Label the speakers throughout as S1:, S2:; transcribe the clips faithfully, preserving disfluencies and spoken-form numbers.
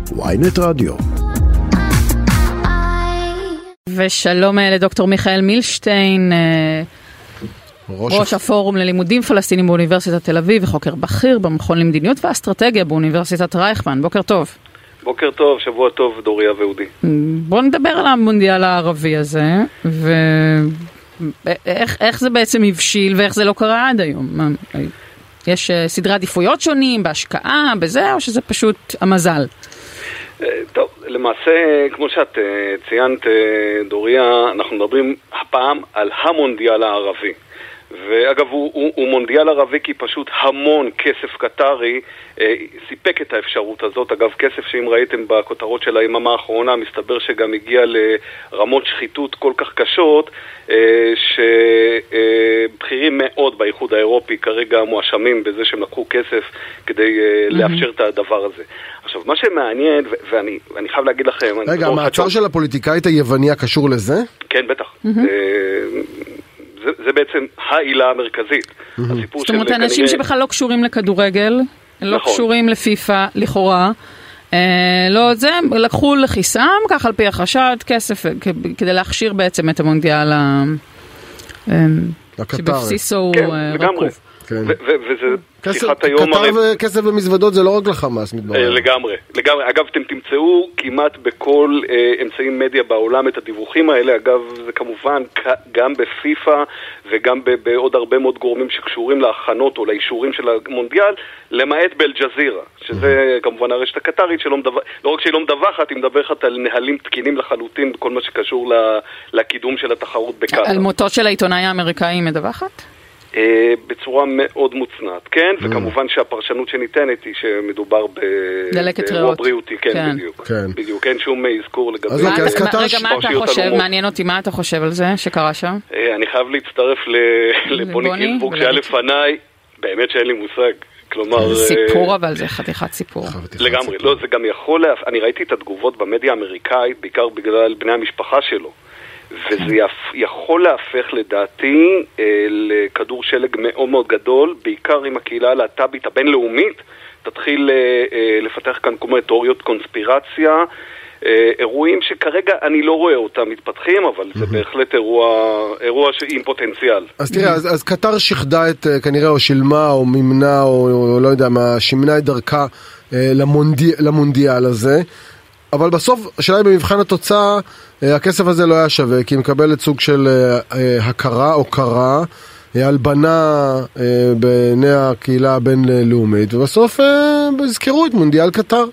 S1: וויינט רדיו.
S2: ושלום לדוקטור מיכאל מילשטיין, ראש, ראש הפורום ללימודים פלסטינים באוניברסיטת תל אביב וחוקר בכיר במכון למדיניות ואסטרטגיה באוניברסיטת רייכמן. בוקר טוב.
S3: בוקר טוב, שבוע טוב, דוריה ואודי.
S2: בואו נדבר על המונדיאל הערבי הזה, ואיך איך זה בעצם הבשיל ואיך זה לא קרה עד היום. יש סדרי עדיפויות שונים בהשקעה, בזה, או שזה פשוט המזל?
S3: טוב, למעשה, כמו שאת ציינת, דוריה, אנחנו מדברים הפעם על המונדיאל הערבי. ואגב, הוא, הוא, הוא מונדיאל ערבי כי פשוט המון כסף קטרי אה, סיפק את האפשרות הזאת. אגב, כסף שאם ראיתם בכותרות של היממה האחרונה, מסתבר שגם הגיע לרמות שחיתות כל כך קשות, אה, שבכירים מאוד באיחוד האירופי כרגע מואשמים בזה שהם לקחו כסף כדי אה, mm-hmm. לאפשר את הדבר הזה. עכשיו, מה שמעניין, ו- ואני אני חייב להגיד לכם...
S1: רגע, המעצר חשוב... של הפוליטיקאית היווניה קשור לזה?
S3: כן, בטח. Mm-hmm. אה, זה, זה בעצם העילה המרכזית.
S2: Mm-hmm. זאת אומרת, אנשים כנראה... שבכלל לא קשורים לכדורגל, לא נכון. קשורים לפיפה, לכאורה, אה, לא זה, לקחו לכיסם, כך על פי החשד, כסף, כדי להכשיר בעצם את המונדיאל ה... שבבסיסו
S3: כן, לגמרי.
S1: כן.
S3: וזה שיחת היום...
S1: קטר וכסף ומזוודות זה לא רק לחמאס, מתברר.
S3: לגמרי, לגמרי. אגב, אתם תמצאו כמעט בכל אמצעים מדיה בעולם את הדיווחים האלה. אגב, זה כמובן גם בפיפה וגם בעוד הרבה מאוד גורמים שקשורים להכנות או לאישורים של המונדיאל, למעט באל-ג'זירה, שזה כמובן הרשת הקטרית, לא רק שהיא לא מדווחת, היא מדווחת על נהלים תקינים לחלוטין בכל מה שקשור לקידום של התחרות בקטר. על
S2: מותו של העיתונאי האמריקאי היא מדווחת?
S3: בצורה מאוד מוצנעת, כן, וכמובן שהפרשנות שניתנת היא שמדובר באירוע בריאותי, כן, בדיוק, בדיוק, אין שום אזכור לגבי...
S2: רגע, מה אתה חושב? מעניין אותי, מה אתה חושב על זה שקרה שם?
S3: אני חייב להצטרף לבוני גינזבורג שהיה לפניי, באמת שאין לי מושג, כלומר...
S2: סיפור, אבל זה חתיכת סיפור.
S3: לגמרי, לא, זה גם יכול... אני ראיתי את התגובות במדיה האמריקאית, בעיקר בגלל בני המשפחה שלו, וזה יכול להפך לדעתי אה, לכדור שלג מאוד מאוד גדול, בעיקר עם הקהילה הלהט"בית הבינלאומית, תתחיל אה, אה, לפתח כאן כל מיני תיאוריות קונספירציה, אה, אירועים שכרגע אני לא רואה אותם מתפתחים, אבל זה בהחלט אירוע, אירוע עם פוטנציאל.
S1: אז תראה, אז, אז קטר שחדה את, כנראה, או שילמה, או ממנה, או, או לא יודע מה, שימנה את דרכה אה, למונדי, למונדיאל הזה, אבל בסוף, השאלה היא במבחן התוצאה, הכסף הזה לא היה שווה, כי היא מקבלת סוג של הכרה או קרה, הלבנה בעיני הקהילה הבינלאומית, ובסוף הזכרו את מונדיאל קטר.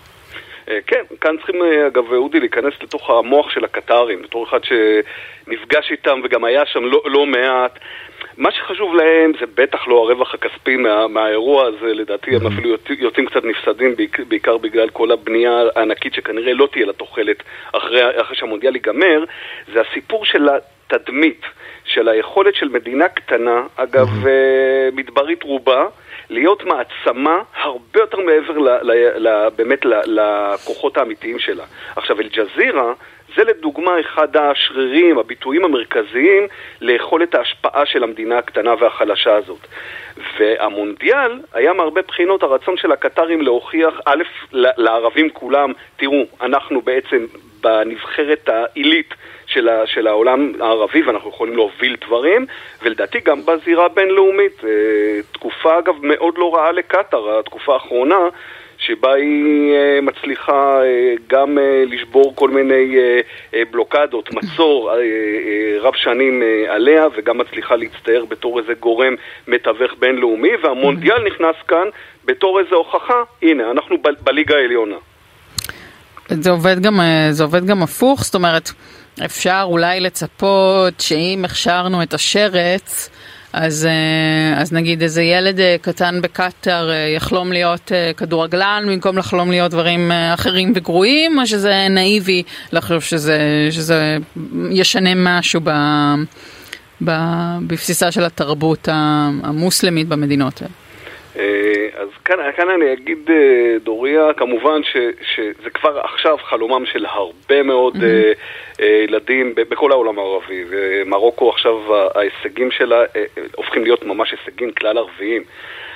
S3: כן, כאן צריכים, אגב, אודי, להיכנס לתוך המוח של הקטרים, בתור אחד שנפגש איתם וגם היה שם לא, לא מעט. מה שחשוב להם זה בטח לא הרווח הכספי מה, מהאירוע הזה, לדעתי הם אפילו יוצאים קצת נפסדים, בעיקר בגלל כל הבנייה הענקית שכנראה לא תהיה לתוחלת אחרי, אחרי שהמונדיאל ייגמר. זה הסיפור של התדמית, של היכולת של מדינה קטנה, אגב מדברית רובה, להיות מעצמה הרבה יותר מעבר ל, ל, ל, באמת ל, לכוחות האמיתיים שלה. עכשיו, אל-ג'זירה זה לדוגמה אחד השרירים, הביטויים המרכזיים ליכולת ההשפעה של המדינה הקטנה והחלשה הזאת. והמונדיאל היה מהרבה בחינות הרצון של הקטרים להוכיח, א', לערבים כולם, תראו, אנחנו בעצם בנבחרת העילית של, ה, של העולם הערבי, ואנחנו יכולים להוביל דברים, ולדעתי גם בזירה הבינלאומית, תקופה אגב מאוד לא רעה לקטר, התקופה האחרונה, שבה היא מצליחה גם לשבור כל מיני בלוקדות, מצור רב שנים עליה, וגם מצליחה להצטער בתור איזה גורם מתווך בינלאומי, והמונדיאל נכנס כאן בתור איזה הוכחה, הנה, אנחנו ב- בליגה העליונה.
S2: זה עובד גם, זה עובד גם הפוך, זאת אומרת, אפשר אולי לצפות שאם הכשרנו את השרץ, אז, אז נגיד איזה ילד קטן בקטר יחלום להיות כדורגלן במקום לחלום להיות דברים אחרים וגרועים, או שזה נאיבי לחשוב שזה, שזה ישנה משהו ב, ב, בבסיסה של התרבות המוסלמית במדינות האלה?
S3: אז כאן, כאן אני אגיד, דוריה, כמובן ש, שזה כבר עכשיו חלומם של הרבה מאוד mm-hmm. ילדים בכל העולם הערבי, ומרוקו עכשיו ההישגים שלה הופכים להיות ממש הישגים כלל ערביים.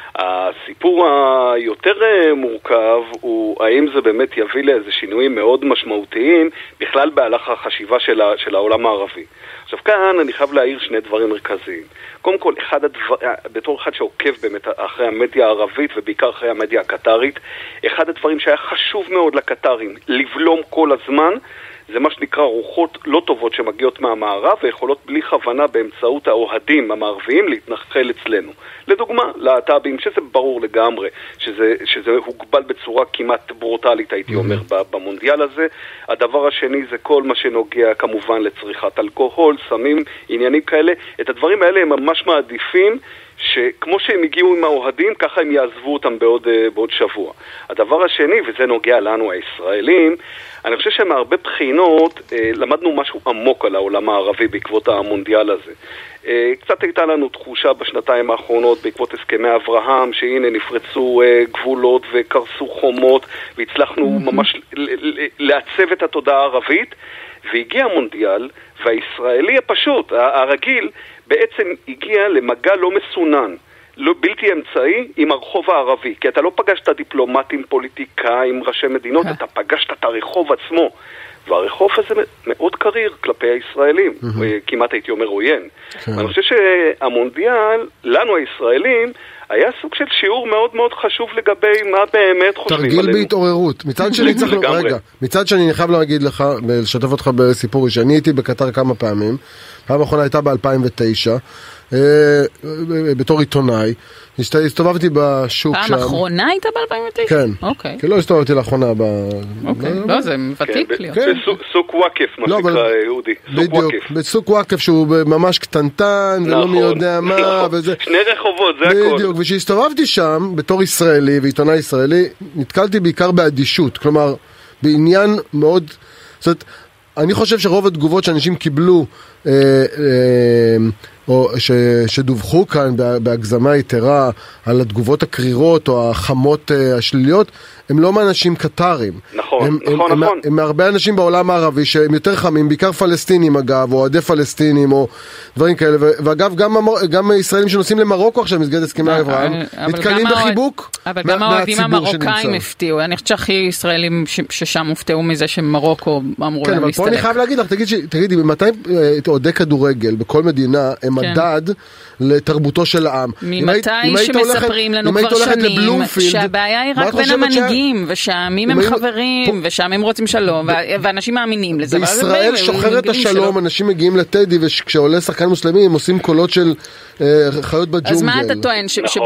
S3: הסיפור היותר מורכב הוא האם זה באמת יביא לאיזה שינויים מאוד משמעותיים בכלל בהלך החשיבה של, ה, של העולם הערבי. עכשיו כאן אני חייב להעיר שני דברים מרכזיים. קודם כל, אחד הדבר, בתור אחד שעוקב באמת אחרי המדיה הערבית ובעיקר אחרי המדיה הקטרית, אחד הדברים שהיה חשוב מאוד לקטרים לבלום כל הזמן, זה מה שנקרא רוחות לא טובות שמגיעות מהמערב ויכולות בלי כוונה באמצעות האוהדים המערביים להתנחל אצלנו. לדוגמה, להט"בים, שזה ברור לגמרי, שזה, שזה הוגבל בצורה כמעט ברוטלית, הייתי אומר, במונדיאל הזה. הדבר השני זה כל מה שנוגע כמובן לצריכת אלכוהול, סמים, עניינים כאלה. את הדברים האלה הם ממש מעדיפים שכמו שהם הגיעו עם האוהדים, ככה הם יעזבו אותם בעוד, בעוד שבוע. הדבר השני, וזה נוגע לנו הישראלים, אני חושב שמהרבה בחינות למדנו משהו עמוק על העולם הערבי בעקבות המונדיאל הזה. קצת הייתה לנו תחושה בשנתיים האחרונות בעקבות הסכמי אברהם, שהנה נפרצו גבולות וקרסו חומות, והצלחנו ממש לעצב את התודעה הערבית, והגיע המונדיאל, והישראלי הפשוט, הרגיל, בעצם הגיע למגע לא מסונן, לא בלתי אמצעי עם הרחוב הערבי, כי אתה לא פגשת דיפלומטים, פוליטיקאים, ראשי מדינות, אתה פגשת את הרחוב עצמו, והרחוב הזה מאוד קריר כלפי הישראלים, כמעט הייתי אומר עוין. אני חושב שהמונדיאל, לנו הישראלים, היה סוג של שיעור מאוד מאוד חשוב לגבי מה באמת חושבים עלינו.
S1: תרגיל בהתעוררות. מצד שני צריך... רגע, מצד שני אני חייב להגיד לך, לשתף אותך בסיפור, שאני הייתי בקטר כמה פעמים, פעם האחרונה הייתה ב-אלפיים ותשע, בתור עיתונאי, הסתובבתי בשוק שם.
S2: פעם האחרונה הייתה ב-אלפיים ותשע?
S1: כן.
S2: אוקיי.
S1: כי לא הסתובבתי לאחרונה ב...
S2: אוקיי, לא, זה ותיק לי.
S3: סוק וואקף, מה שנקרא יהודי.
S1: בדיוק, בסוק וואקף שהוא ממש קטנטן, ולא מי יודע מה, וזה...
S3: שני רחובות, זה הכל.
S1: בדיוק, וכשהסתובבתי שם, בתור ישראלי ועיתונאי ישראלי, נתקלתי בעיקר באדישות, כלומר, בעניין מאוד... זאת אומרת, אני חושב שרוב התגובות שאנשים קיבלו, אה, אה, או ש, שדווחו כאן בהגזמה יתרה על התגובות הקרירות או החמות uh, השליליות, הם לא מאנשים קטרים.
S3: נכון,
S1: הם,
S3: נכון,
S1: הם,
S3: נכון.
S1: הם, הם מהרבה אנשים בעולם הערבי שהם יותר חמים, בעיקר פלסטינים אגב, או עדי פלסטינים, או דברים כאלה. ואגב, גם, גם ישראלים שנוסעים למרוקו עכשיו מסגרת הסכמי אברהם, נתקלים בחיבוק
S2: אבל גם האוהדים המרוקאים הפתיעו. אני חושבת שהכי ישראלים ששם הופתעו מזה שמרוקו אמרו להם להסתלק.
S1: כן, אבל פה אני חייב להגיד לך, תגידי, ממתי אוהדי כדורגל בכל מדינה הם מדד לתרבותו של העם?
S2: ממתי שמספרים לנו כבר שנים שהבעיה היא רק בין המנהיגים, ושהעמים הם חברים, ושהעמים רוצים שלום, ואנשים מאמינים לזה.
S1: בישראל שוחרת השלום, אנשים מגיעים לטדי, וכשעולה שחקן מוסלמי הם עושים קולות של חיות בג'ונגל.
S2: אז מה אתה טוען?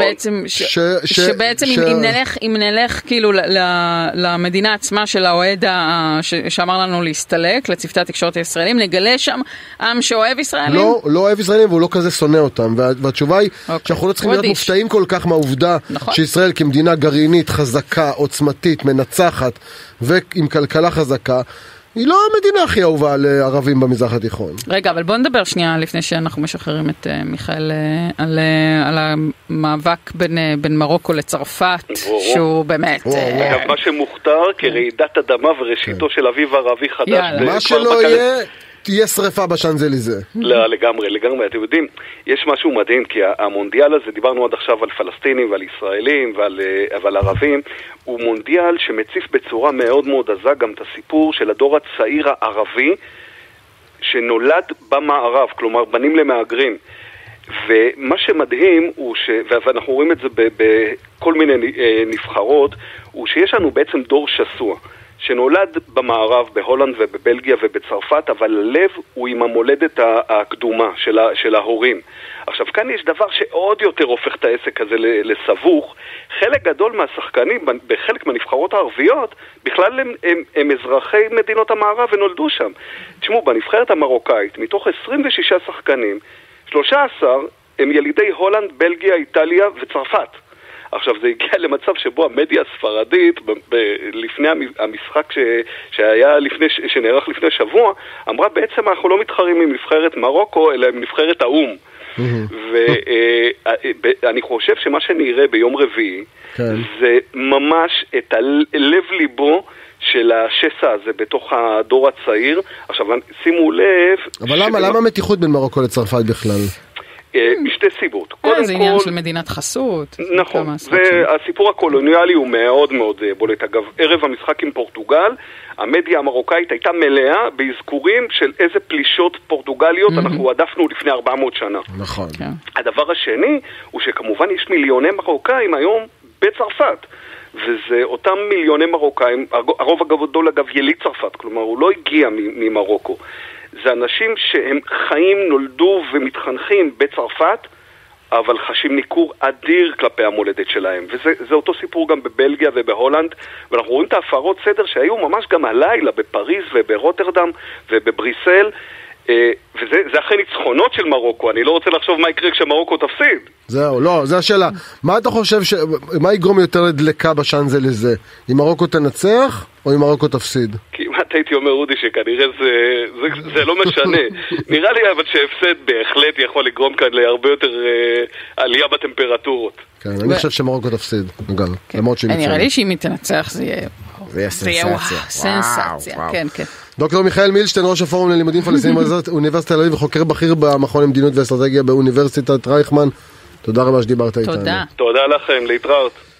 S2: שבעצם אם נלך כאילו למדינה עצמה של האוהד שאמר לנו להסתלק, לצוותי התקשורת הישראלים, נגלה שם עם שאוהב ישראלים?
S1: לא, לא אוהב ישראלים, והוא לא כזה שונא אותם. והתשובה היא שאנחנו לא צריכים להיות מופתעים כל כך מהעובדה שישראל כמדינה גרעינית, חזקה, עוצמתית, מנצחת, ועם כלכלה חזקה, היא לא המדינה הכי אהובה לערבים במזרח התיכון.
S2: רגע, אבל בוא נדבר שנייה לפני שאנחנו משחררים את uh, מיכאל uh, על, uh, על המאבק בין, uh, בין מרוקו לצרפת, שהוא באמת...
S3: אגב, מה שמוכתר כרעידת אדמה וראשיתו של אביב ערבי חדש.
S1: מה שלא יהיה... תהיה שריפה בשאנזליזה.
S3: לא, לגמרי, לגמרי. אתם יודעים, יש משהו מדהים, כי המונדיאל הזה, דיברנו עד עכשיו על פלסטינים ועל ישראלים ועל, ועל ערבים, הוא מונדיאל שמציף בצורה מאוד מאוד עזה גם את הסיפור של הדור הצעיר הערבי, שנולד במערב, כלומר בנים למהגרים. ומה שמדהים הוא ש... ואנחנו רואים את זה בכל מיני נבחרות, הוא שיש לנו בעצם דור שסוע. שנולד במערב, בהולנד ובבלגיה ובצרפת, אבל הלב הוא עם המולדת הקדומה של, ה, של ההורים. עכשיו, כאן יש דבר שעוד יותר הופך את העסק הזה לסבוך. חלק גדול מהשחקנים, בחלק מהנבחרות הערביות, בכלל הם, הם, הם אזרחי מדינות המערב ונולדו שם. תשמעו, בנבחרת המרוקאית, מתוך עשרים ושישה שחקנים, שלושה עשר הם ילידי הולנד, בלגיה, איטליה וצרפת. עכשיו זה הגיע למצב שבו המדיה הספרדית לפני המשחק ש... שהיה לפני שנערך לפני שבוע אמרה בעצם אנחנו לא מתחרים עם נבחרת מרוקו אלא עם נבחרת האום. ואני חושב שמה שנראה ביום רביעי זה ממש את הלב ליבו של השסע הזה בתוך הדור הצעיר. עכשיו שימו לב,
S1: אבל למה למה מתיחות בין מרוקו לצרפת בכלל?
S3: משתי סיבות.
S2: זה עניין של מדינת חסות.
S3: נכון, והסיפור הקולוניאלי הוא מאוד מאוד בולט. אגב, ערב המשחק עם פורטוגל, המדיה המרוקאית הייתה מלאה באזכורים של איזה פלישות פורטוגליות אנחנו עדפנו לפני ארבע מאות שנה.
S1: נכון.
S3: הדבר השני הוא שכמובן יש מיליוני מרוקאים היום בצרפת. וזה אותם מיליוני מרוקאים, הרוב הגדול אגב יליד צרפת, כלומר הוא לא הגיע ממרוקו. זה אנשים שהם חיים, נולדו ומתחנכים בצרפת, אבל חשים ניכור אדיר כלפי המולדת שלהם. וזה אותו סיפור גם בבלגיה ובהולנד, ואנחנו רואים את ההפרות סדר שהיו ממש גם הלילה בפריז וברוטרדם ובבריסל, וזה אחרי ניצחונות של מרוקו. אני לא רוצה לחשוב מה יקרה כשמרוקו תפסיד.
S1: זהו, לא, זו השאלה. מה אתה חושב, ש... מה יגרום יותר לדלקה בשאנזה לזה? אם מרוקו תנצח או אם מרוקו תפסיד?
S3: כמעט הייתי אומר אודי שכנראה זה, זה, זה לא משנה. נראה לי אבל שהפסד בהחלט יכול לגרום כאן להרבה יותר uh, עלייה בטמפרטורות.
S1: כן, אני חושב שמרוקו תפסיד, אגב. למרות שהיא
S2: נראה לי שאם היא תנצח זה יהיה...
S1: זה יהיה סנסציה.
S2: סנסציה, כן, כן.
S1: דוקטור מיכאל מילשטיין, ראש הפורום ללימודים פלסטיניים באוניברסיטת תל אביב וחוקר בכיר במכון למדיניות ואסטרטגיה באוניברסיטת רייכמן. תודה רבה שדיברת איתנו.
S2: תודה.
S3: תודה לכם, להתראות.